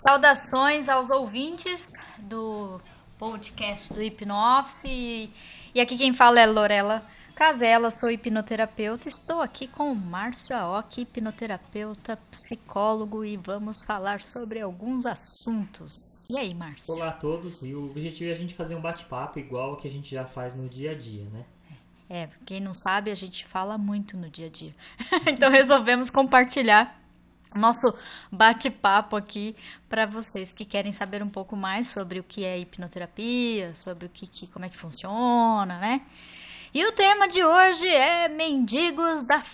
Saudações aos ouvintes do podcast do Hipno-Office. E aqui quem fala é Lorela Casella, sou hipnoterapeuta. Estou aqui com o Márcio Aoki, hipnoterapeuta, psicólogo, e vamos falar sobre alguns assuntos. E aí, Márcio? Olá a todos, e o objetivo é a gente fazer um bate-papo igual o que a gente já faz no dia a dia, né? Quem não sabe, a gente fala muito no dia a dia. Então resolvemos compartilhar nosso bate-papo aqui para vocês que querem saber um pouco mais sobre o que é hipnoterapia, sobre como é que funciona, né? E o tema de hoje é mendigos da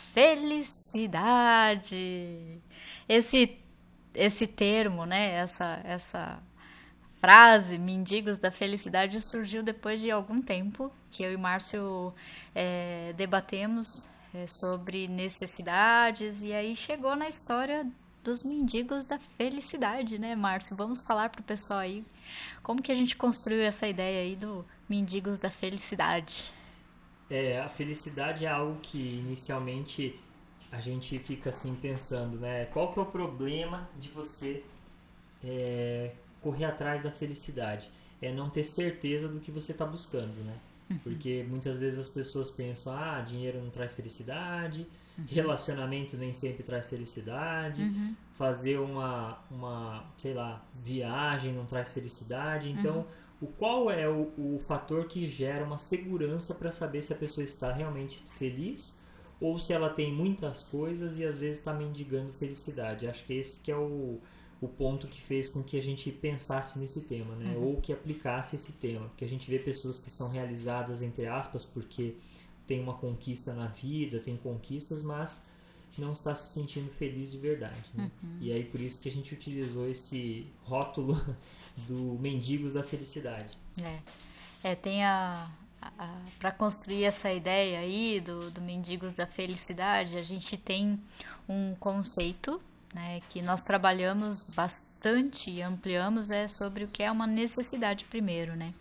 felicidade. Esse termo, né? Essa frase, mendigos da felicidade, surgiu depois de algum tempo que eu e Márcio debatemos sobre necessidades, e aí chegou na história dos mendigos da felicidade, né, Márcio? Vamos falar pro pessoal aí como que a gente construiu essa ideia aí do mendigos da felicidade. A felicidade é algo que inicialmente a gente fica assim pensando, né? Qual que é o problema de você correr atrás da felicidade? É não ter certeza do que você está buscando, né? Porque muitas vezes as pessoas pensam, dinheiro não traz felicidade, relacionamento nem sempre traz felicidade, fazer sei lá, viagem não traz felicidade. Então, qual é o fator que gera uma segurança para saber se a pessoa está realmente feliz ou se ela tem muitas coisas e às vezes está mendigando felicidade? Acho que esse que é o ponto que fez com que a gente pensasse nesse tema, né? Ou que aplicasse esse tema. Porque a gente vê pessoas que são realizadas, entre aspas, porque tem uma conquista na vida, tem conquistas, mas não está se sentindo feliz de verdade, né? E aí por isso que a gente utilizou esse rótulo do mendigos da felicidade. Tem para construir essa ideia aí do mendigos da felicidade, a gente tem um conceito, né, que nós trabalhamos bastante e ampliamos sobre o que é uma necessidade primeiro, né?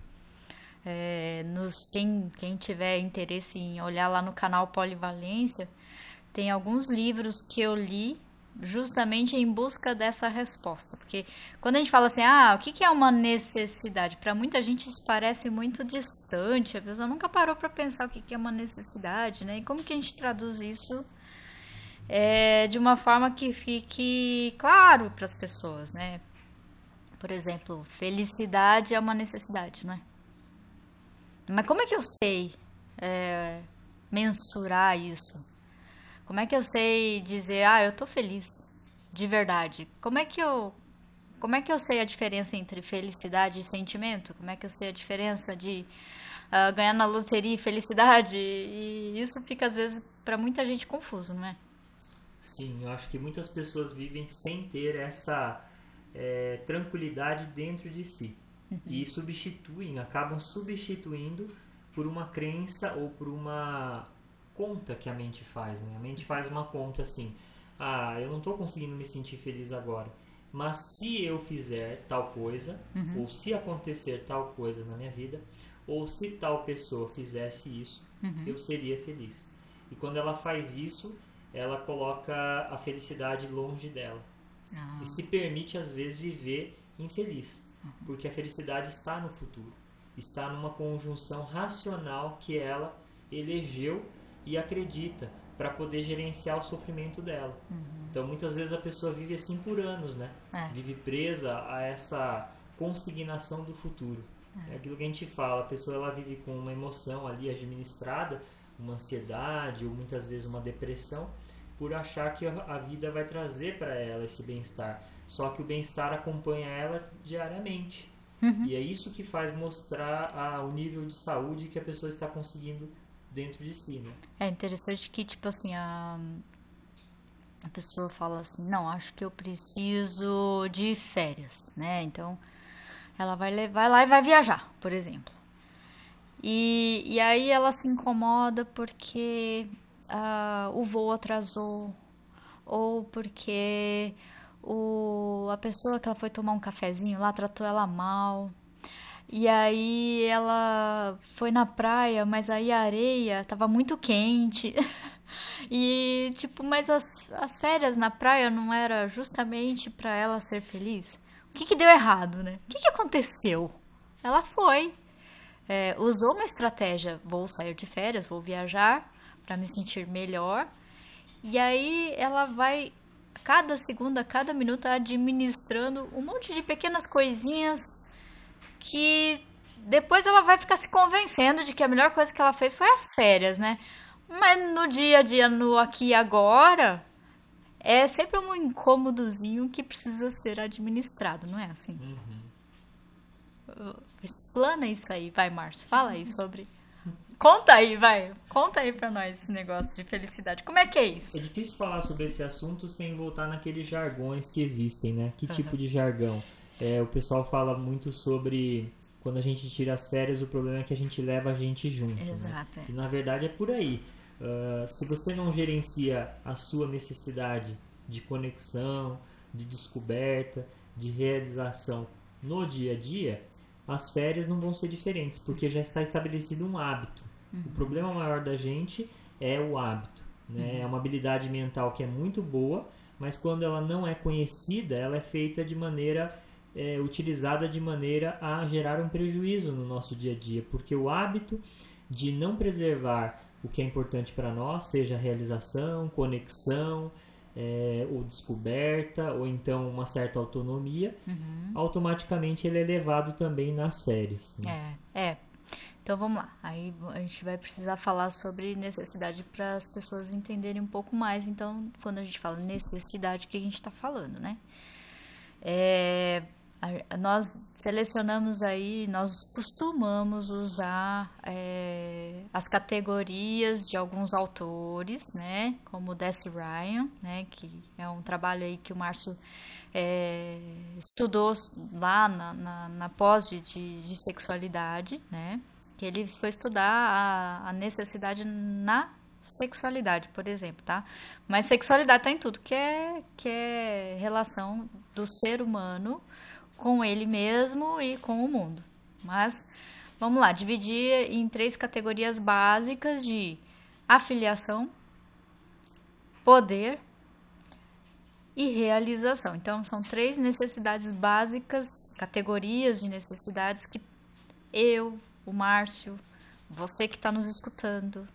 Quem tiver interesse em olhar lá no canal Polivalência, tem alguns livros que eu li justamente em busca dessa resposta, porque quando a gente fala assim, o que é uma necessidade? Para muita gente isso parece muito distante, a pessoa nunca parou para pensar o que é uma necessidade, né? E como que a gente traduz isso de uma forma que fique claro para as pessoas, né? Por exemplo, felicidade é uma necessidade, não é? Mas como é que eu sei mensurar isso? Como é que eu sei dizer, eu tô feliz de verdade? Como é que eu sei a diferença entre felicidade e sentimento? Como é que eu sei a diferença de ganhar na loteria e felicidade? E isso fica às vezes para muita gente confuso, não é? Sim, eu acho que muitas pessoas vivem sem ter essa tranquilidade dentro de si. E acabam substituindo por uma crença ou por uma conta que a mente faz, né? A mente faz uma conta assim, eu não estou conseguindo me sentir feliz agora, mas se eu fizer tal coisa, ou se acontecer tal coisa na minha vida, ou se tal pessoa fizesse isso, eu seria feliz. E quando ela faz isso, ela coloca a felicidade longe dela. E se permite, às vezes, viver infeliz. Porque a felicidade está no futuro. Está numa conjunção racional que ela elegeu e acredita para poder gerenciar o sofrimento dela. Então, muitas vezes, a pessoa vive assim por anos, né? Vive presa a essa consignação do futuro. É aquilo que a gente fala. A pessoa ela vive com uma emoção ali administrada, uma ansiedade ou muitas vezes uma depressão, por achar que a vida vai trazer para ela esse bem-estar. Só que o bem-estar acompanha ela diariamente. E é isso que faz mostrar o nível de saúde que a pessoa está conseguindo dentro de si, né? É interessante que, tipo assim, a pessoa fala assim, não, acho que eu preciso de férias, né? Então, ela vai lá e vai viajar, por exemplo. E aí ela se incomoda porque o voo atrasou, ou porque a pessoa que ela foi tomar um cafezinho lá tratou ela mal. E aí ela foi na praia, mas aí a areia tava muito quente. E mas as férias na praia não era justamente para ela ser feliz? O que deu errado, né? O que aconteceu? Ela foi, usou uma estratégia, vou sair de férias, vou viajar para me sentir melhor. E aí ela vai, cada segundo, a cada minuto, administrando um monte de pequenas coisinhas que depois ela vai ficar se convencendo de que a melhor coisa que ela fez foi as férias, né? Mas no dia a dia, no aqui e agora, é sempre um incômodozinho que precisa ser administrado, não é assim? Explana isso aí, vai, Márcio, fala aí sobre... Conta aí, vai, conta aí pra nós esse negócio de felicidade, como é que é isso? É difícil falar sobre esse assunto sem voltar naqueles jargões que existem, né? Que tipo de jargão? O pessoal fala muito sobre... Quando a gente tira as férias, o problema é que a gente leva a gente junto. Exato. Né? E na verdade é por aí. Se você não gerencia a sua necessidade de conexão, de descoberta, de realização no dia a dia, as férias não vão ser diferentes, porque já está estabelecido um hábito. O problema maior da gente é o hábito. Né? É uma habilidade mental que é muito boa, mas quando ela não é conhecida, ela é feita de maneira... utilizada de maneira a gerar um prejuízo no nosso dia a dia, porque o hábito de não preservar o que é importante para nós, seja realização, conexão, ou descoberta, ou então uma certa autonomia, automaticamente ele é levado também nas férias. Né? Então vamos lá, aí a gente vai precisar falar sobre necessidade para as pessoas entenderem um pouco mais. Então, quando a gente fala necessidade, o que a gente está falando, né? Nós selecionamos aí, nós costumamos usar as categorias de alguns autores, né, como Deci Ryan, né, que é um trabalho aí que o Márcio estudou lá na pós de sexualidade, né, que ele foi estudar a necessidade na sexualidade, por exemplo, tá? Mas sexualidade tá em tudo, que é relação do ser humano com ele mesmo e com o mundo. Mas, vamos lá, dividir em 3 categorias básicas de afiliação, poder e realização. Então, são 3 necessidades básicas, categorias de necessidades que eu, o Márcio, você que está nos escutando,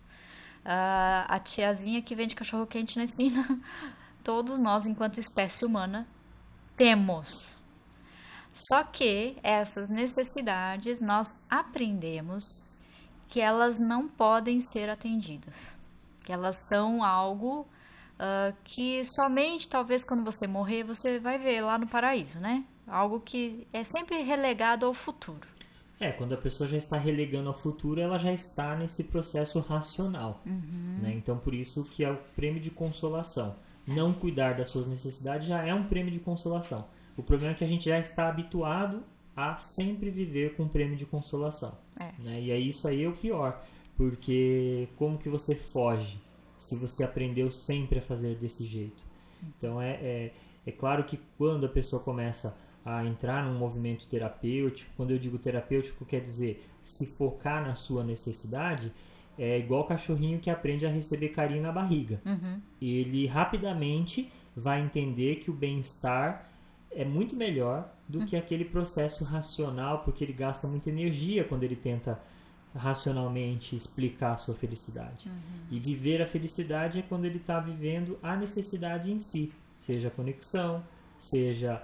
a tiazinha que vende cachorro-quente na esquina, todos nós, enquanto espécie humana, temos. Só que essas necessidades nós aprendemos que elas não podem ser atendidas. Que elas são algo que somente talvez quando você morrer você vai ver lá no paraíso, né? Algo que é sempre relegado ao futuro. Quando a pessoa já está relegando ao futuro, ela já está nesse processo racional. Né? Então, por isso que é o prêmio de consolação. Não cuidar das suas necessidades já é um prêmio de consolação. O problema é que a gente já está habituado a sempre viver com um prêmio de consolação. Né? E aí isso aí é o pior. Porque como que você foge se você aprendeu sempre a fazer desse jeito? Então é claro que quando a pessoa começa a entrar num movimento terapêutico, quando eu digo terapêutico quer dizer se focar na sua necessidade, é igual o cachorrinho que aprende a receber carinho na barriga. Ele rapidamente vai entender que o bem-estar é muito melhor do que aquele processo racional, porque ele gasta muita energia quando ele tenta racionalmente explicar a sua felicidade. E viver a felicidade é quando ele está vivendo a necessidade em si, seja conexão, seja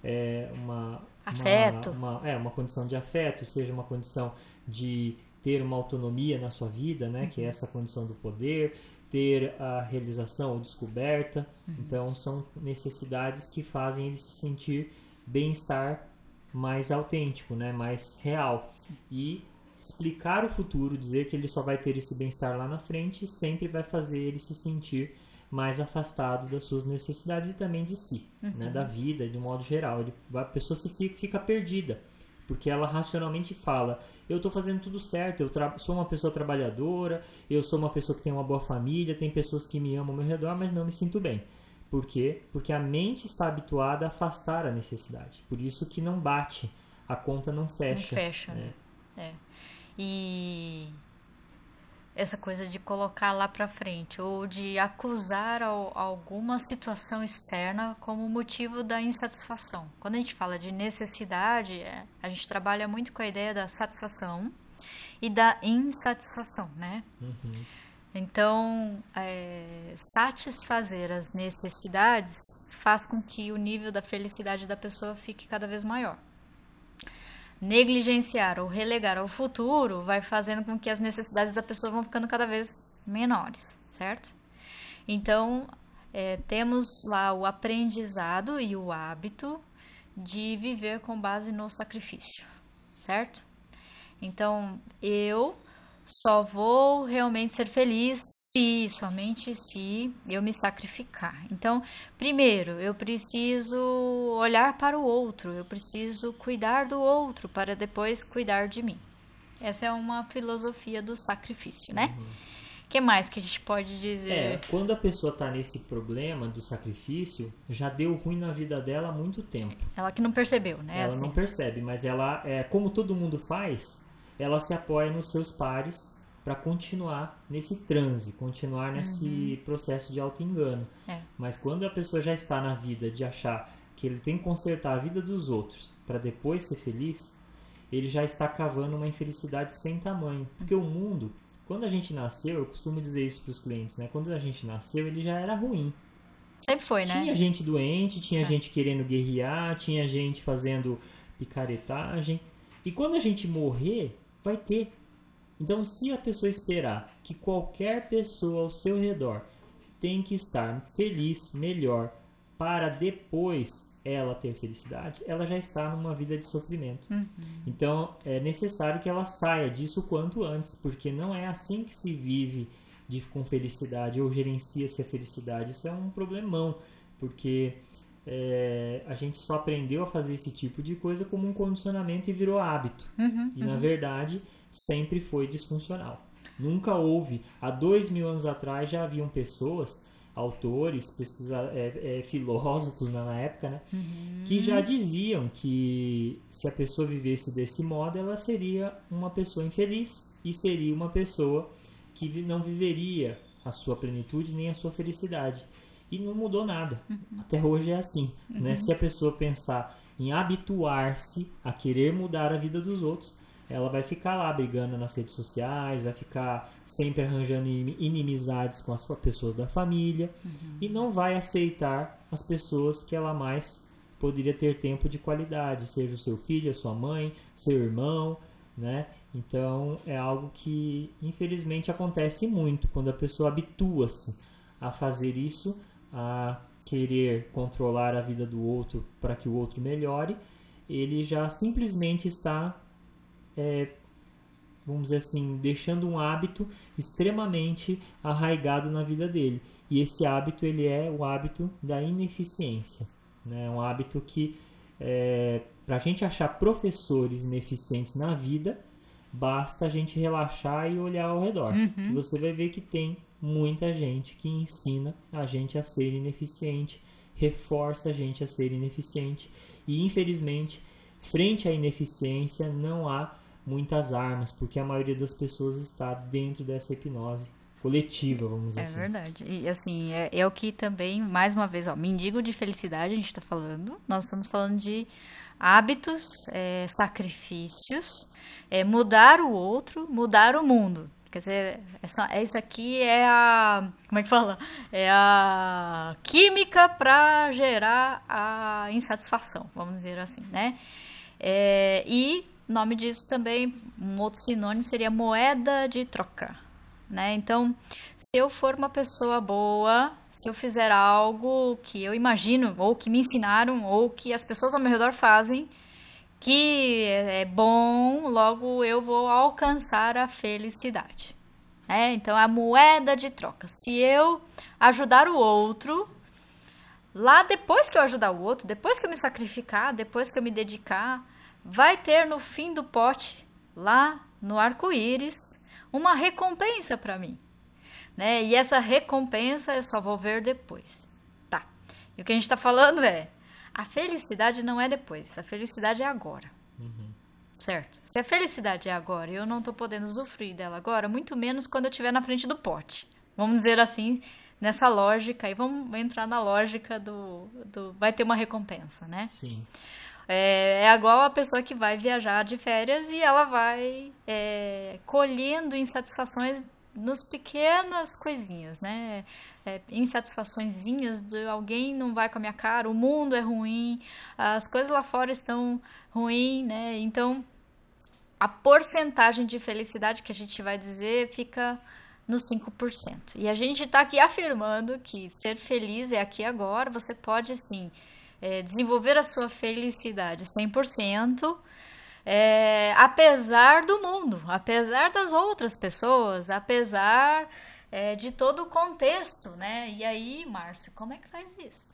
uma condição de afeto, seja uma condição de ter uma autonomia na sua vida, né, que é essa condição do poder, ter a realização ou descoberta. Então, são necessidades que fazem ele se sentir bem-estar mais autêntico, né, mais real. E explicar o futuro, dizer que ele só vai ter esse bem-estar lá na frente, sempre vai fazer ele se sentir mais afastado das suas necessidades e também de si, né, da vida, de um modo geral. A pessoa fica perdida. Porque ela racionalmente fala, eu estou fazendo tudo certo, eu sou uma pessoa trabalhadora, eu sou uma pessoa que tem uma boa família, tem pessoas que me amam ao meu redor, mas não me sinto bem. Por quê? Porque a mente está habituada a afastar a necessidade. Por isso que não bate, a conta não fecha. Não fecha, né? E essa coisa de colocar lá pra frente ou de acusar alguma situação externa como motivo da insatisfação. Quando a gente fala de necessidade, a gente trabalha muito com a ideia da satisfação e da insatisfação, né? Então, satisfazer as necessidades faz com que o nível da felicidade da pessoa fique cada vez maior. Negligenciar ou relegar ao futuro vai fazendo com que as necessidades da pessoa vão ficando cada vez menores, certo? Então, temos lá o aprendizado e o hábito de viver com base no sacrifício, certo? Então, eu só vou realmente ser feliz se, somente se eu me sacrificar. Então, primeiro, eu preciso olhar para o outro, eu preciso cuidar do outro para depois cuidar de mim. Essa é uma filosofia do sacrifício, né? O que mais que a gente pode dizer? Quando a pessoa está nesse problema do sacrifício, já deu ruim na vida dela há muito tempo. Ela que não percebeu, né? Ela não percebe, mas ela, como todo mundo faz, ela se apoia nos seus pares para continuar nesse transe, continuar nesse processo de auto-engano. Mas quando a pessoa já está na vida de achar que ele tem que consertar a vida dos outros para depois ser feliz, ele já está cavando uma infelicidade sem tamanho. Porque o mundo, quando a gente nasceu, eu costumo dizer isso para os clientes, né? Quando a gente nasceu, ele já era ruim. Sempre foi, né? Tinha gente doente, tinha gente querendo guerrear, tinha gente fazendo picaretagem. E quando a gente morrer, vai ter. Então, se a pessoa esperar que qualquer pessoa ao seu redor tem que estar feliz, melhor, para depois ela ter felicidade, ela já está numa vida de sofrimento. Então, é necessário que ela saia disso o quanto antes, porque não é assim que se vive com felicidade ou gerencia-se a felicidade. Isso é um problemão, porque a gente só aprendeu a fazer esse tipo de coisa como um condicionamento e virou hábito. E na verdade sempre foi disfuncional. Nunca houve. Há 2000 anos atrás já haviam pessoas, autores, filósofos na época, né, que já diziam que se a pessoa vivesse desse modo, ela seria uma pessoa infeliz e seria uma pessoa que não viveria a sua plenitude nem a sua felicidade. E não mudou nada. Até hoje é assim. Né? Se a pessoa pensar em habituar-se a querer mudar a vida dos outros, ela vai ficar lá brigando nas redes sociais, vai ficar sempre arranjando inimizades com as pessoas da família e não vai aceitar as pessoas que ela mais poderia ter tempo de qualidade, seja o seu filho, a sua mãe, seu irmão, né? Então é algo que infelizmente acontece muito quando a pessoa habitua-se a fazer isso, a querer controlar a vida do outro para que o outro melhore. Ele já simplesmente está, vamos dizer assim, deixando um hábito extremamente arraigado na vida dele. E esse hábito, ele é o hábito da ineficiência, né? Um hábito que, para a gente achar professores ineficientes na vida, basta a gente relaxar e olhar ao redor. E você vai ver que tem muita gente que ensina a gente a ser ineficiente, reforça a gente a ser ineficiente. E, infelizmente, frente à ineficiência não há muitas armas, porque a maioria das pessoas está dentro dessa hipnose coletiva, vamos dizer assim. É verdade. E assim, é o que também, mais uma vez, mendigo de felicidade a gente está falando. Nós estamos falando de hábitos, sacrifícios, mudar o outro, mudar o mundo. Quer dizer, isso aqui é a... Como é que fala? É a química para gerar a insatisfação, vamos dizer assim, né? E o nome disso também, um outro sinônimo seria moeda de troca, né? Então, se eu for uma pessoa boa, se eu fizer algo que eu imagino, ou que me ensinaram, ou que as pessoas ao meu redor fazem, que é bom, logo eu vou alcançar a felicidade. Então, a moeda de troca. Se eu ajudar o outro, lá depois que eu ajudar o outro, depois que eu me sacrificar, depois que eu me dedicar, vai ter no fim do pote, lá no arco-íris, uma recompensa para mim. Né? E essa recompensa eu só vou ver depois. Tá. E o que a gente está falando a felicidade não é depois, a felicidade é agora. certo? Se a felicidade é agora e eu não tô podendo usufruir dela agora, muito menos quando eu estiver na frente do pote. Vamos dizer assim, nessa lógica, e vamos entrar na lógica do vai ter uma recompensa, né? Sim. É igual a pessoa que vai viajar de férias e ela vai colhendo insatisfações nos pequenas coisinhas, né? Insatisfaçõezinhas de alguém não vai com a minha cara, o mundo é ruim, as coisas lá fora estão ruins, né? Então, a porcentagem de felicidade que a gente vai dizer fica nos 5%. E a gente está aqui afirmando que ser feliz é aqui e agora, você pode, sim, desenvolver a sua felicidade 100%, apesar do mundo, apesar das outras pessoas, apesar de todo o contexto, né? E aí, Márcio, como é que faz isso?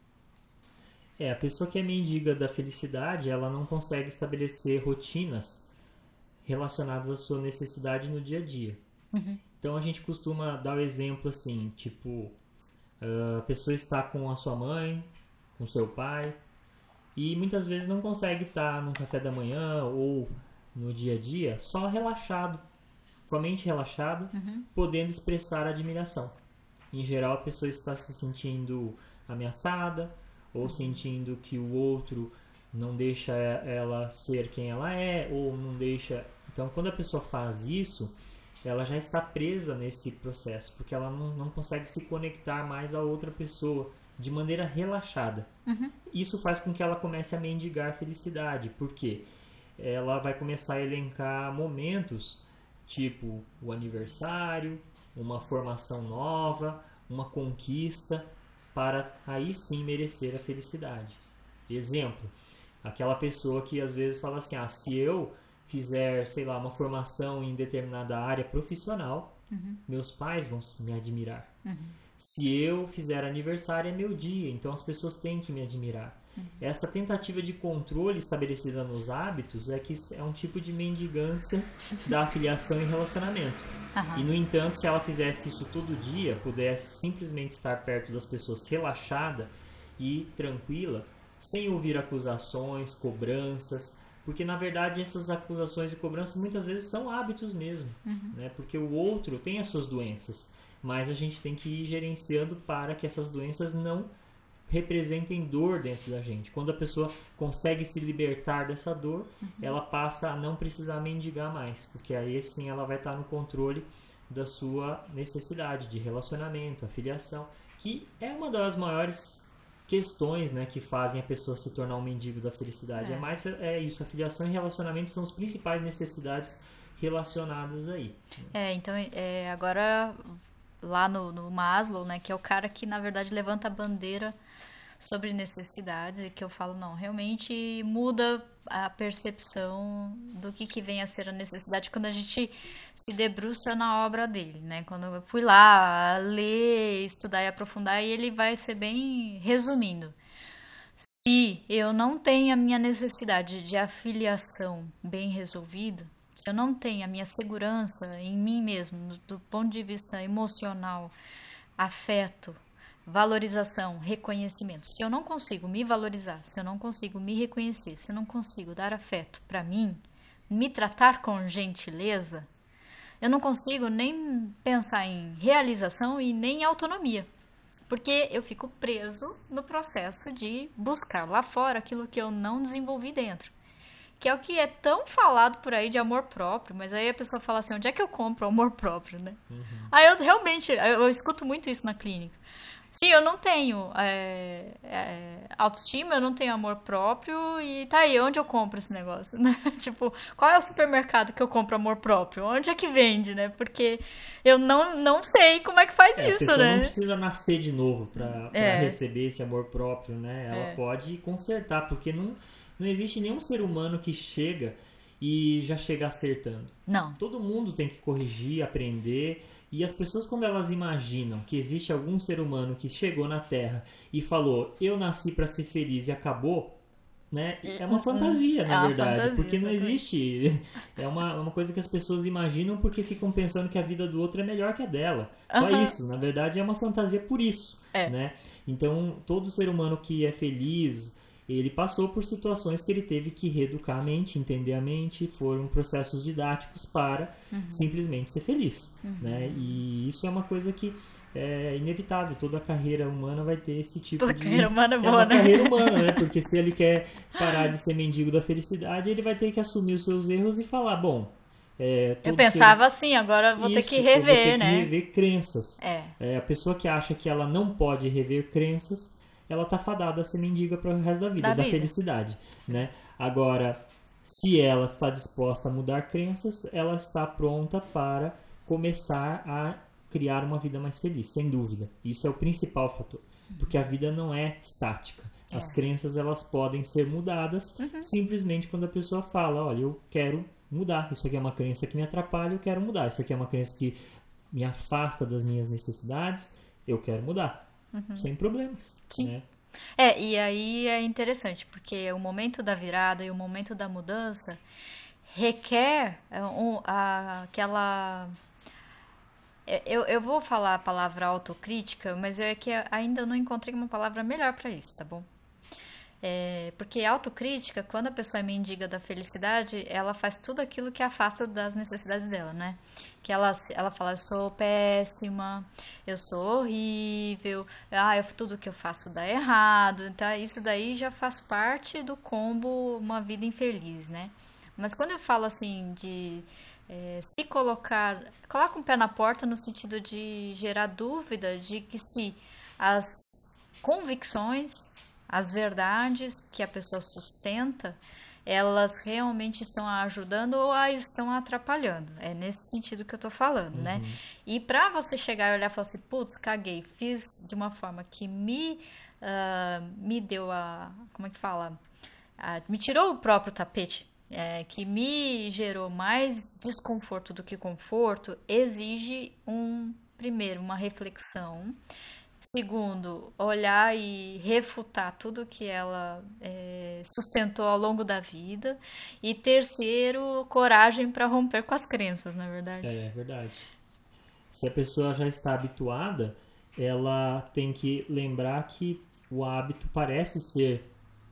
A pessoa que é mendiga da felicidade, ela não consegue estabelecer rotinas relacionadas à sua necessidade no dia a dia. Uhum. Então a gente costuma dar o exemplo assim, tipo, a pessoa está com a sua mãe, com seu pai, e muitas vezes não consegue estar no café da manhã ou no dia a dia só relaxado, com a mente relaxada, podendo expressar admiração. Em geral, a pessoa está se sentindo ameaçada ou sentindo que o outro não deixa ela ser quem ela é ou não deixa... Então, quando a pessoa faz isso, ela já está presa nesse processo, porque ela não consegue se conectar mais a outra pessoa de maneira relaxada. Isso faz com que ela comece a mendigar felicidade, porque ela vai começar a elencar momentos, tipo o aniversário, uma formação nova, uma conquista, para aí sim merecer a felicidade. Exemplo, aquela pessoa que às vezes fala assim, se eu fizer, sei lá, uma formação em determinada área profissional, meus pais vão me admirar. Se eu fizer aniversário é meu dia, então as pessoas têm que me admirar. Essa tentativa de controle estabelecida nos hábitos é um tipo de mendigância da afiliação e relacionamento. E no entanto, se ela fizesse isso todo dia, pudesse simplesmente estar perto das pessoas relaxada e tranquila, sem ouvir acusações, cobranças, porque na verdade essas acusações e cobranças muitas vezes são hábitos mesmo, né? Porque o outro tem as suas doenças, mas a gente tem que ir gerenciando para que essas doenças não representem dor dentro da gente. Quando a pessoa consegue se libertar dessa dor, ela passa a não precisar mendigar mais, porque aí sim ela vai estar no controle da sua necessidade de relacionamento, afiliação, que é uma das maiores questões, né, que fazem a pessoa se tornar um mendigo da felicidade. É isso, afiliação e relacionamento são as principais necessidades relacionadas aí. Então, agora lá no Maslow, né, que é o cara que na verdade levanta a bandeira sobre necessidades e que eu falo, não, realmente muda a percepção do que vem a ser a necessidade quando a gente se debruça na obra dele, né? Quando eu fui lá ler, estudar e aprofundar, e ele vai ser bem resumindo. Se eu não tenho a minha necessidade de afiliação bem resolvida, se eu não tenho a minha segurança em mim mesmo, do ponto de vista emocional, afeto, valorização, reconhecimento. Se eu não consigo me valorizar, se eu não consigo me reconhecer, se eu não consigo dar afeto para mim, me tratar com gentileza, eu não consigo nem pensar em realização e nem em autonomia. Porque eu fico preso no processo de buscar lá fora aquilo que eu não desenvolvi dentro. Que é o que é tão falado por aí de amor próprio, mas aí a pessoa fala assim, onde é que eu compro amor próprio, né? Aí eu realmente, eu escuto muito isso na clínica. Sim, eu não tenho autoestima, eu não tenho amor próprio, e tá aí, onde eu compro esse negócio, né? Tipo, qual é o supermercado que eu compro amor próprio? Onde é que vende, né? Porque eu não sei como é que faz isso, a pessoa né? não precisa nascer de novo pra receber esse amor próprio, né? Ela pode consertar, porque não existe nenhum ser humano que chega e já chega acertando. Não. Todo mundo tem que corrigir, aprender. E as pessoas, quando elas imaginam que existe algum ser humano que chegou na Terra e falou, eu nasci para ser feliz e acabou, né? É uma fantasia, na verdade. Fantasia, porque não exatamente. existe. É uma coisa que as pessoas imaginam porque ficam pensando que a vida do outro é melhor que a dela. Só isso. Na verdade, é uma fantasia por isso. Né? Então, todo ser humano que é feliz ele passou por situações que ele teve que reeducar a mente, entender a mente, foram processos didáticos para simplesmente ser feliz, né? E isso é uma coisa que é inevitável, toda carreira humana vai ter esse tipo Toda de... carreira humana é É boa, uma né? carreira humana, né? Porque se ele quer parar de ser mendigo da felicidade, ele vai ter que assumir os seus erros e falar, bom, Eu todo ser... pensava assim, agora eu vou ter que Isso, eu vou ter rever, que né? rever crenças. É, A pessoa que acha que ela não pode rever crenças, ela tá fadada a ser mendiga para o resto da vida, da da vida. felicidade, né? Agora, se ela está disposta a mudar crenças, ela está pronta para começar a criar uma vida mais feliz, sem dúvida. Isso é o principal fator, porque a vida não é estática. As crenças, elas podem ser mudadas simplesmente quando a pessoa fala, olha, eu quero mudar. Isso aqui é uma crença que me atrapalha, eu quero mudar. Isso aqui é uma crença que me afasta das minhas necessidades, eu quero mudar. Sem problemas. Sim. Né? E aí é interessante, porque o momento da virada e o momento da mudança requer aquela. Eu vou falar a palavra autocrítica, mas é que ainda não encontrei uma palavra melhor para isso, tá bom? Porque autocrítica, quando a pessoa é mendiga da felicidade, ela faz tudo aquilo que afasta das necessidades dela, né? Que ela fala, eu sou péssima, eu sou horrível, tudo que eu faço dá errado. Então, isso daí já faz parte do combo uma vida infeliz, né? Mas quando eu falo assim de se coloca um pé na porta no sentido de gerar dúvida de que se as convicções, as verdades que a pessoa sustenta, elas realmente estão a ajudando ou a estão atrapalhando. É nesse sentido que eu tô falando, né? E pra você chegar e olhar e falar assim, putz, caguei, fiz de uma forma que me deu como é que fala? Me tirou o próprio tapete, que me gerou mais desconforto do que conforto, exige primeiro, uma reflexão. Segundo, olhar e refutar tudo que ela sustentou ao longo da vida. E terceiro, coragem para romper com as crenças, na verdade. É verdade. Se a pessoa já está habituada, ela tem que lembrar que o hábito parece ser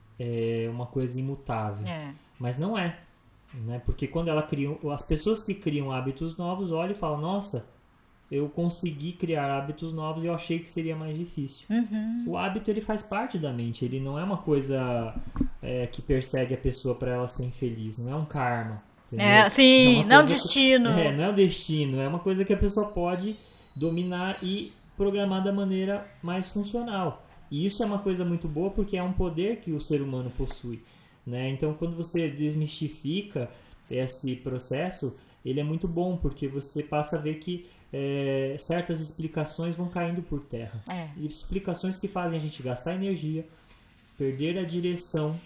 uma coisa imutável, mas não é, né? Porque quando ela cria, as pessoas que criam hábitos novos olham e falam, nossa, eu consegui criar hábitos novos e eu achei que seria mais difícil. O hábito, ele faz parte da mente, ele não é uma coisa que persegue a pessoa para ela ser infeliz, não é um karma, entendeu? Sim, não coisa destino. Não é o destino, é uma coisa que a pessoa pode dominar e programar da maneira mais funcional. E isso é uma coisa muito boa porque é um poder que o ser humano possui, né? Então, quando você desmistifica esse processo, ele é muito bom, porque você passa a ver que certas explicações vão caindo por terra. E explicações que fazem a gente gastar energia, perder a direção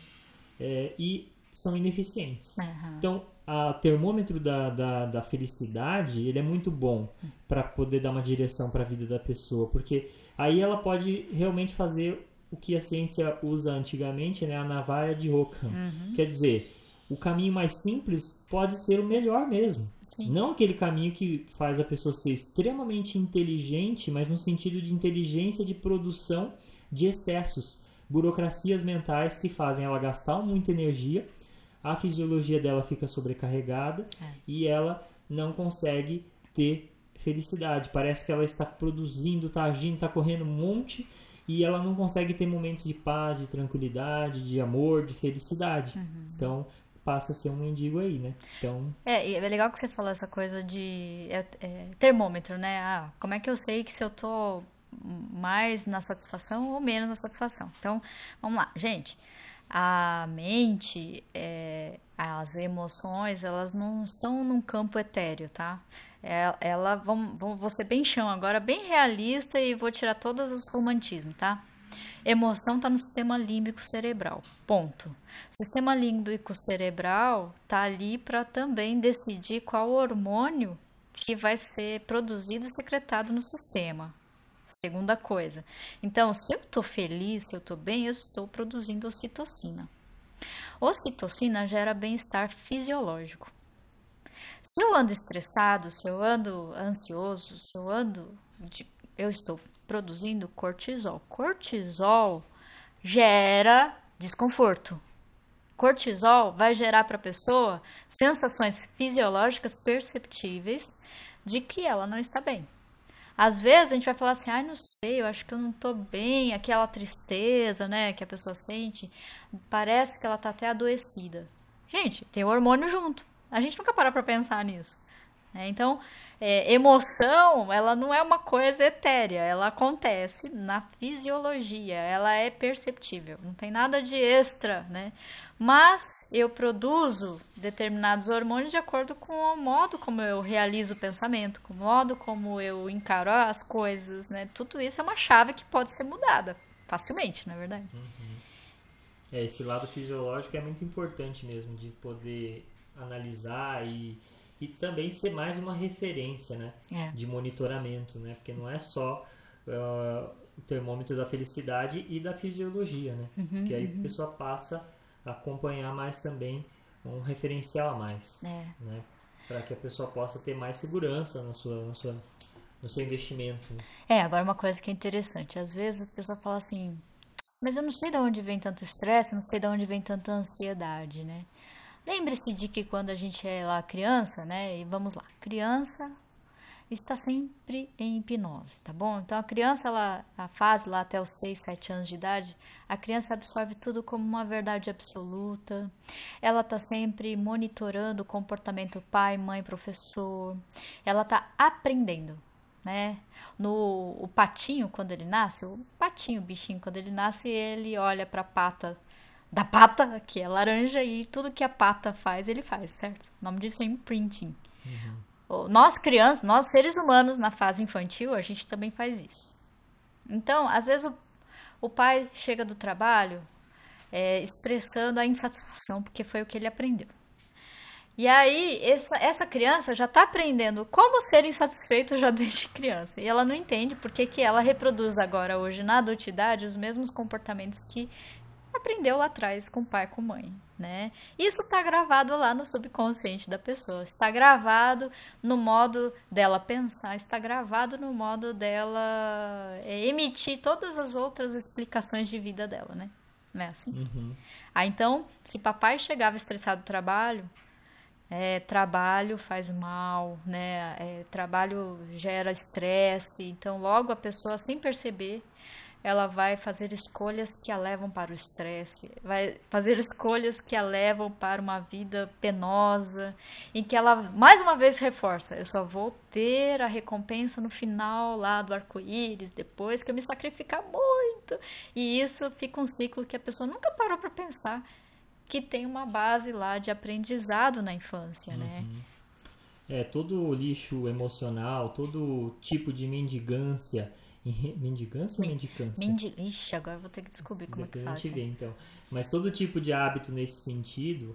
e são ineficientes. Então, o termômetro da felicidade, ele é muito bom para poder dar uma direção para a vida da pessoa, porque aí ela pode realmente fazer o que a ciência usa antigamente, né, a navalha de Ockham. Quer dizer, o caminho mais simples pode ser o melhor mesmo. Sim. Não aquele caminho que faz a pessoa ser extremamente inteligente, mas no sentido de inteligência de produção de excessos, burocracias mentais que fazem ela gastar muita energia, a fisiologia dela fica sobrecarregada e ela não consegue ter felicidade. Parece que ela está produzindo, está agindo, está correndo um monte e ela não consegue ter momentos de paz, de tranquilidade, de amor, de felicidade. Então, passa a ser um mendigo aí, né? Então... E é legal que você falou essa coisa de termômetro, né? Como é que eu sei que se eu tô mais na satisfação ou menos na satisfação? Então, vamos lá, gente. A mente, as emoções, elas não estão num campo etéreo, tá? Vou ser bem chão agora, bem realista e vou tirar todos os romantismos, tá? Emoção está no sistema límbico cerebral, ponto. Sistema límbico cerebral está ali para também decidir qual hormônio que vai ser produzido e secretado no sistema. Segunda coisa. Então, se eu estou feliz, se eu estou bem, eu estou produzindo ocitocina. Ocitocina gera bem-estar fisiológico. Se eu ando estressado, se eu ando ansioso, se eu estou produzindo cortisol. Cortisol gera desconforto. Cortisol vai gerar para a pessoa sensações fisiológicas perceptíveis de que ela não está bem. Às vezes a gente vai falar assim, não sei, eu acho que eu não tô bem, aquela tristeza, né, que a pessoa sente, parece que ela tá até adoecida. Gente, tem o hormônio junto. A gente nunca para pra pensar nisso. Então, emoção, ela não é uma coisa etérea, ela acontece na fisiologia, ela é perceptível, não tem nada de extra, né? Mas eu produzo determinados hormônios de acordo com o modo como eu realizo o pensamento, com o modo como eu encaro as coisas, né? Tudo isso é uma chave que pode ser mudada facilmente, não é verdade? Esse lado fisiológico é muito importante mesmo, de poder analisar e também ser mais uma referência, né? De monitoramento, né? Porque não é só o termômetro da felicidade e da fisiologia, né? Que aí a pessoa passa a acompanhar mais também um referencial a mais, né? Para que a pessoa possa ter mais segurança no seu investimento. Né? Agora uma coisa que é interessante, às vezes a pessoa fala assim, mas eu não sei de onde vem tanto estresse, não sei de onde vem tanta ansiedade, né? Lembre-se de que quando a gente é lá criança, né? E vamos lá, criança está sempre em hipnose, tá bom? Então a criança, a fase lá até os 6, 7 anos de idade, a criança absorve tudo como uma verdade absoluta. Ela está sempre monitorando o comportamento pai, mãe, professor. Ela está aprendendo, né? O patinho, quando ele nasce, o bichinho, quando ele nasce, ele olha para a pata da pata, que é laranja, e tudo que a pata faz, ele faz, certo? O nome disso é imprinting. Nós crianças, nós seres humanos na fase infantil, a gente também faz isso. Então, às vezes o pai chega do trabalho expressando a insatisfação, porque foi o que ele aprendeu. E aí, essa criança já está aprendendo como ser insatisfeito já desde criança. E ela não entende porque que ela reproduz agora, hoje, na adultidade, os mesmos comportamentos que aprendeu lá atrás com o pai, com a mãe, né? Isso está gravado lá no subconsciente da pessoa, está gravado no modo dela pensar, está gravado no modo dela emitir todas as outras explicações de vida dela, né? Não é assim? Então, se papai chegava estressado do trabalho, trabalho faz mal, né? Trabalho gera estresse, então logo a pessoa, sem perceber, ela vai fazer escolhas que a levam para o estresse, vai fazer escolhas que a levam para uma vida penosa, em que ela, mais uma vez, reforça, eu só vou ter a recompensa no final lá do arco-íris, depois que eu me sacrificar muito. E isso fica um ciclo que a pessoa nunca parou para pensar que tem uma base lá de aprendizado na infância, né? Todo o lixo emocional, todo tipo de mendigância. Mendigância ou mendicância? Ixi, agora eu vou ter que descobrir como depois é que faz. A gente vê, então. Mas todo tipo de hábito nesse sentido,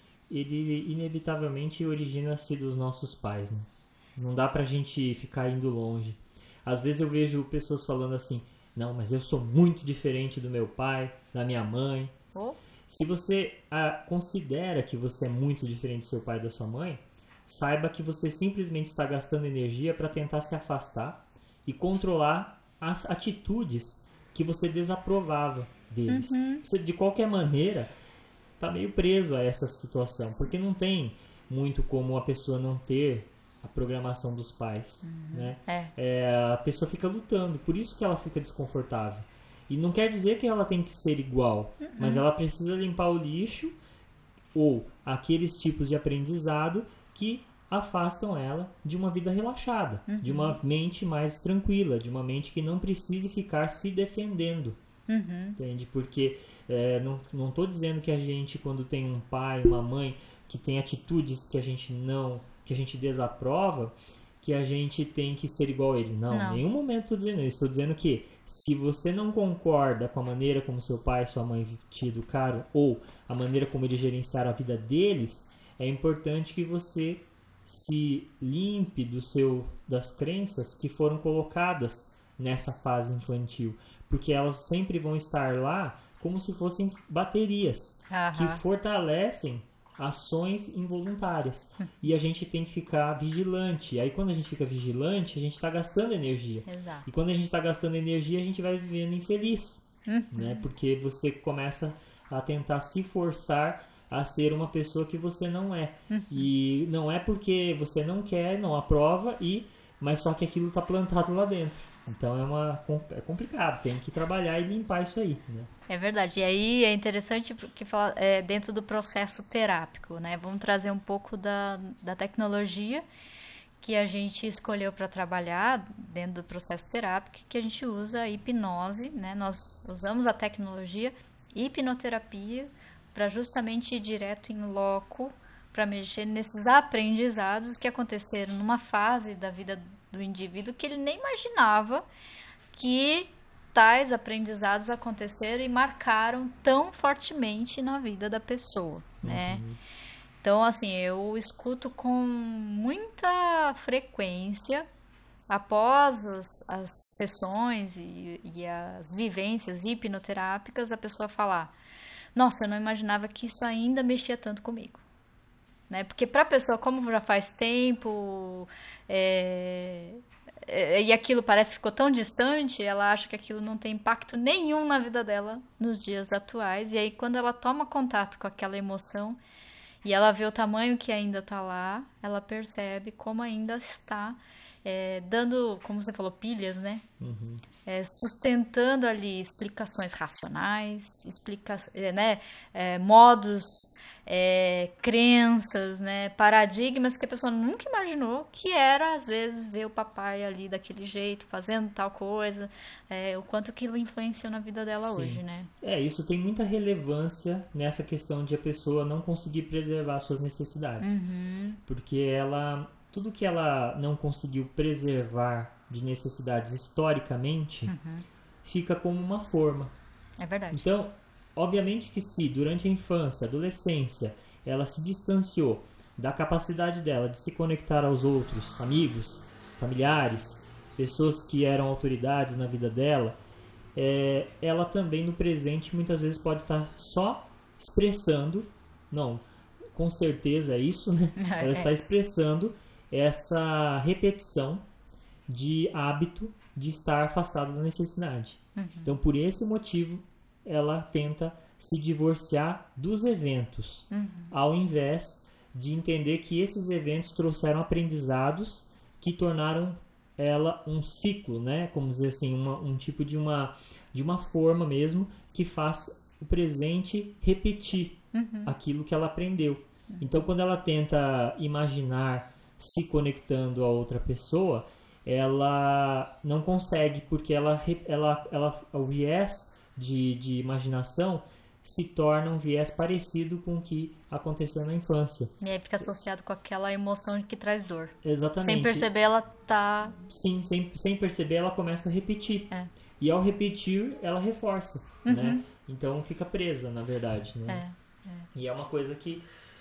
ele inevitavelmente origina-se dos nossos pais, né? Não dá pra gente ficar indo longe. Às vezes eu vejo pessoas falando assim, não, mas eu sou muito diferente do meu pai, da minha mãe. Se você considera que você é muito diferente do seu pai e da sua mãe, saiba que você simplesmente está gastando energia para tentar se afastar e controlar as atitudes que você desaprovava deles. Você, de qualquer maneira, está meio preso a essa situação, porque não tem muito como a pessoa não ter a programação dos pais. Né? A pessoa fica lutando, por isso que ela fica desconfortável. E não quer dizer que ela tem que ser igual, mas ela precisa limpar o lixo ou aqueles tipos de aprendizado que afastam ela de uma vida relaxada, de uma mente mais tranquila, de uma mente que não precise ficar se defendendo. Entende? Porque não estou dizendo que a gente, quando tem um pai, uma mãe que tem atitudes que a gente desaprova, que a gente tem que ser igual a ele. Não, em nenhum momento estou dizendo isso. Estou dizendo que se você não concorda com a maneira como seu pai e sua mãe te educaram, ou a maneira como eles gerenciaram a vida deles, é importante que você se limpe das crenças que foram colocadas nessa fase infantil, porque elas sempre vão estar lá como se fossem baterias que fortalecem ações involuntárias, e a gente tem que ficar vigilante. Aí quando a gente fica vigilante, a gente está gastando energia. Exato. E quando a gente está gastando energia, a gente vai vivendo infeliz. né? Porque você começa a tentar se forçar a ser uma pessoa que você não é. E não é porque você não quer, não aprova, mas só que aquilo está plantado lá dentro. Então é complicado, tem que trabalhar e limpar isso aí, né? É verdade. E aí é interessante porque fala, dentro do processo terápico, né? Vamos trazer um pouco da tecnologia que a gente escolheu para trabalhar dentro do processo terápico, que a gente usa a hipnose, né? Nós usamos a tecnologia hipnoterapia para justamente ir direto em loco, para mexer nesses aprendizados que aconteceram numa fase da vida do indivíduo que ele nem imaginava que tais aprendizados aconteceram e marcaram tão fortemente na vida da pessoa, né? Então, assim, eu escuto com muita frequência, após as sessões e as vivências hipnoterápicas, a pessoa falar: nossa, eu não imaginava que isso ainda mexia tanto comigo. Né? Porque para a pessoa, como já faz tempo, e aquilo parece que ficou tão distante, ela acha que aquilo não tem impacto nenhum na vida dela nos dias atuais. E aí, quando ela toma contato com aquela emoção e ela vê o tamanho que ainda está lá, ela percebe como ainda está dando, como você falou, pilhas, né? Sustentando ali explicações racionais, modos, crenças, né? Paradigmas que a pessoa nunca imaginou que era, às vezes, ver o papai ali daquele jeito, fazendo tal coisa, o quanto aquilo influenciou na vida dela hoje, né? Isso tem muita relevância nessa questão de a pessoa não conseguir preservar suas necessidades. Porque tudo que ela não conseguiu preservar de necessidades historicamente fica como uma forma. É verdade. Então, obviamente que se durante a infância, adolescência, ela se distanciou da capacidade dela de se conectar aos outros, amigos, familiares, pessoas que eram autoridades na vida dela, ela também no presente muitas vezes pode estar só expressando, não, com certeza é isso, né? Ela está expressando essa repetição de hábito de estar afastada da necessidade. Então, por esse motivo, ela tenta se divorciar dos eventos, ao invés de entender que esses eventos trouxeram aprendizados que tornaram ela um ciclo, né? Como dizer assim, um tipo de uma forma mesmo que faz o presente repetir aquilo que ela aprendeu. Então, quando ela tenta imaginar se conectando a outra pessoa, ela não consegue, porque o viés de imaginação se torna um viés parecido com o que aconteceu na infância. E aí fica associado com aquela emoção que traz dor. Exatamente. Sem perceber, ela tá... Sim, sem perceber, ela começa a repetir. E ao repetir, ela reforça, né? Então fica presa, na verdade, né? E é uma coisa que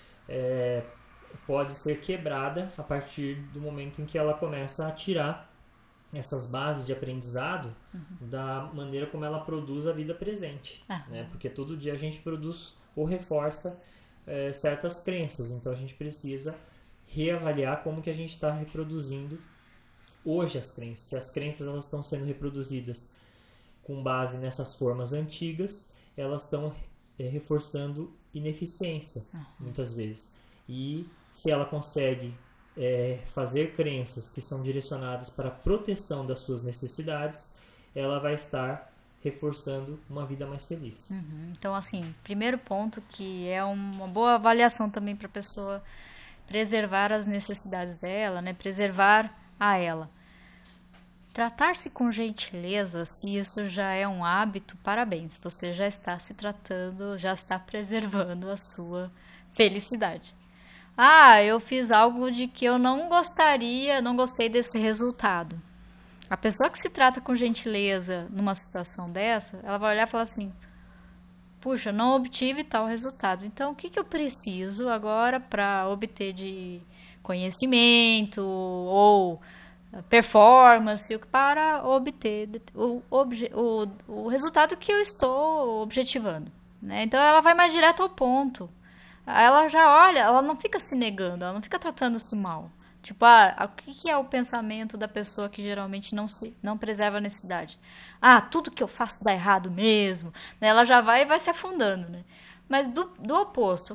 pode ser quebrada a partir do momento em que ela começa a tirar essas bases de aprendizado da maneira como ela produz a vida presente, né? Porque todo dia a gente produz ou reforça certas crenças, então a gente precisa reavaliar como que a gente está reproduzindo hoje as crenças. Se as crenças elas estão sendo reproduzidas com base nessas formas antigas, elas estão reforçando ineficiência, muitas vezes. E se ela consegue fazer crenças que são direcionadas para a proteção das suas necessidades, ela vai estar reforçando uma vida mais feliz. Então, assim, primeiro ponto que é uma boa avaliação também para a pessoa preservar as necessidades dela, né? Preservar a ela. Tratar-se com gentileza, se isso já é um hábito, parabéns, você já está se tratando, já está preservando a sua felicidade. Eu fiz algo de que eu não gostei desse resultado. A pessoa que se trata com gentileza numa situação dessa, ela vai olhar e falar assim: puxa, não obtive tal resultado. Então, o que eu preciso agora para obter de conhecimento ou performance para obter o resultado que eu estou objetivando, né? Então, ela vai mais direto ao ponto. Ela já olha, ela não fica se negando, ela não fica tratando-se mal, Tipo, o que é o pensamento da pessoa que geralmente não preserva a necessidade? Tudo que eu faço dá errado mesmo. Né? Ela já vai se afundando, né? Mas do oposto,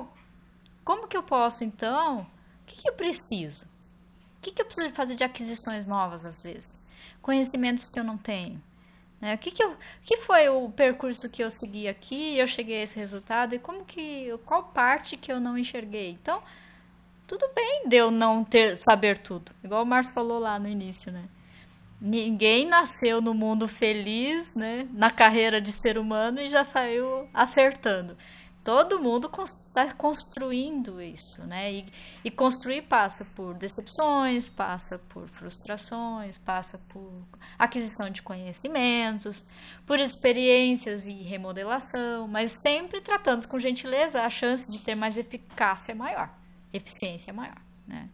como que eu posso, então? O que eu preciso? O que eu preciso fazer de aquisições novas, às vezes? Conhecimentos que eu não tenho. Né? Que foi o percurso que eu segui aqui, eu cheguei a esse resultado, e qual parte que eu não enxerguei? Então, tudo bem de eu não saber tudo. Igual o Márcio falou lá no início, né? Ninguém nasceu no mundo feliz, né? Na carreira de ser humano e já saiu acertando. Todo mundo está construindo isso, né? E construir passa por decepções, passa por frustrações, passa por aquisição de conhecimentos, por experiências e remodelação, mas sempre tratando com gentileza, a chance de ter mais eficácia é maior, eficiência é maior, né?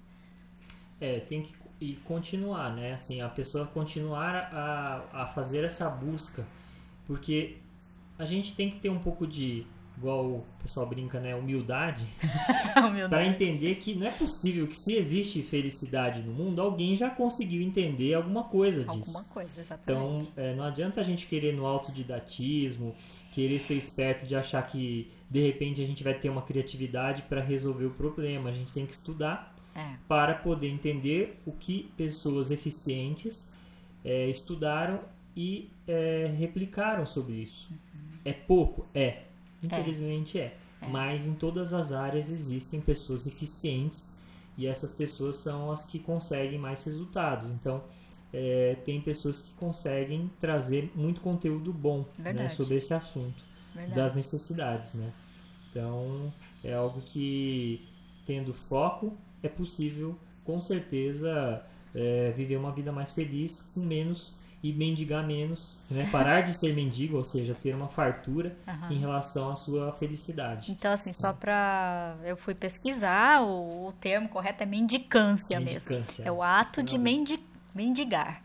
Tem que continuar, né? Assim, a pessoa continuar a fazer essa busca, porque a gente tem que ter um pouco de, igual o pessoal brinca, né? Humildade, para entender que não é possível que, se existe felicidade no mundo, alguém já conseguiu entender alguma coisa disso. Alguma coisa, exatamente. Então, não adianta a gente querer no autodidatismo, querer ser esperto de achar que de repente a gente vai ter uma criatividade para resolver o problema. A gente tem que estudar para poder entender o que pessoas eficientes estudaram e replicaram sobre isso. É pouco? Infelizmente mas em todas as áreas existem pessoas eficientes e essas pessoas são as que conseguem mais resultados. Então, tem pessoas que conseguem trazer muito conteúdo bom, né, sobre esse assunto das necessidades, né? Então, é algo que, tendo foco, é possível, com certeza, viver uma vida mais feliz com menos e mendigar menos, né? Parar de ser mendigo, ou seja, ter uma fartura em relação à sua felicidade. Então, assim, só para... Eu fui pesquisar, o termo correto é mendicância mesmo. É o ato de mendigar.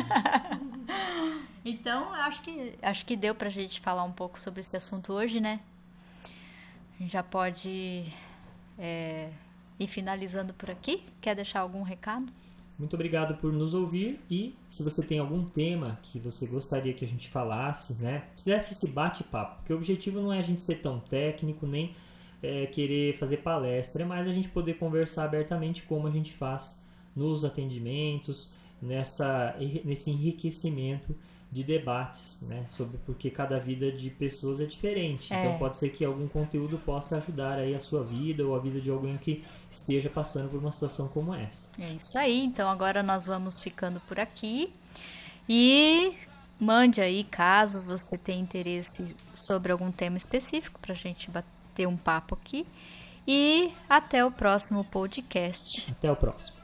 Então, acho que deu pra gente falar um pouco sobre esse assunto hoje, né? A gente já pode ir finalizando por aqui. Quer deixar algum recado? Muito obrigado por nos ouvir, e se você tem algum tema que você gostaria que a gente falasse, né, fizesse esse bate-papo, porque o objetivo não é a gente ser tão técnico, nem querer fazer palestra, é mais a gente poder conversar abertamente como a gente faz nos atendimentos, nesse enriquecimento de debates, né, sobre porque cada vida de pessoas é diferente. Então pode ser que algum conteúdo possa ajudar aí a sua vida ou a vida de alguém que esteja passando por uma situação como essa. É isso aí. Então agora nós vamos ficando por aqui e mande aí caso você tenha interesse sobre algum tema específico para a gente bater um papo aqui, e até o próximo podcast. Até o próximo.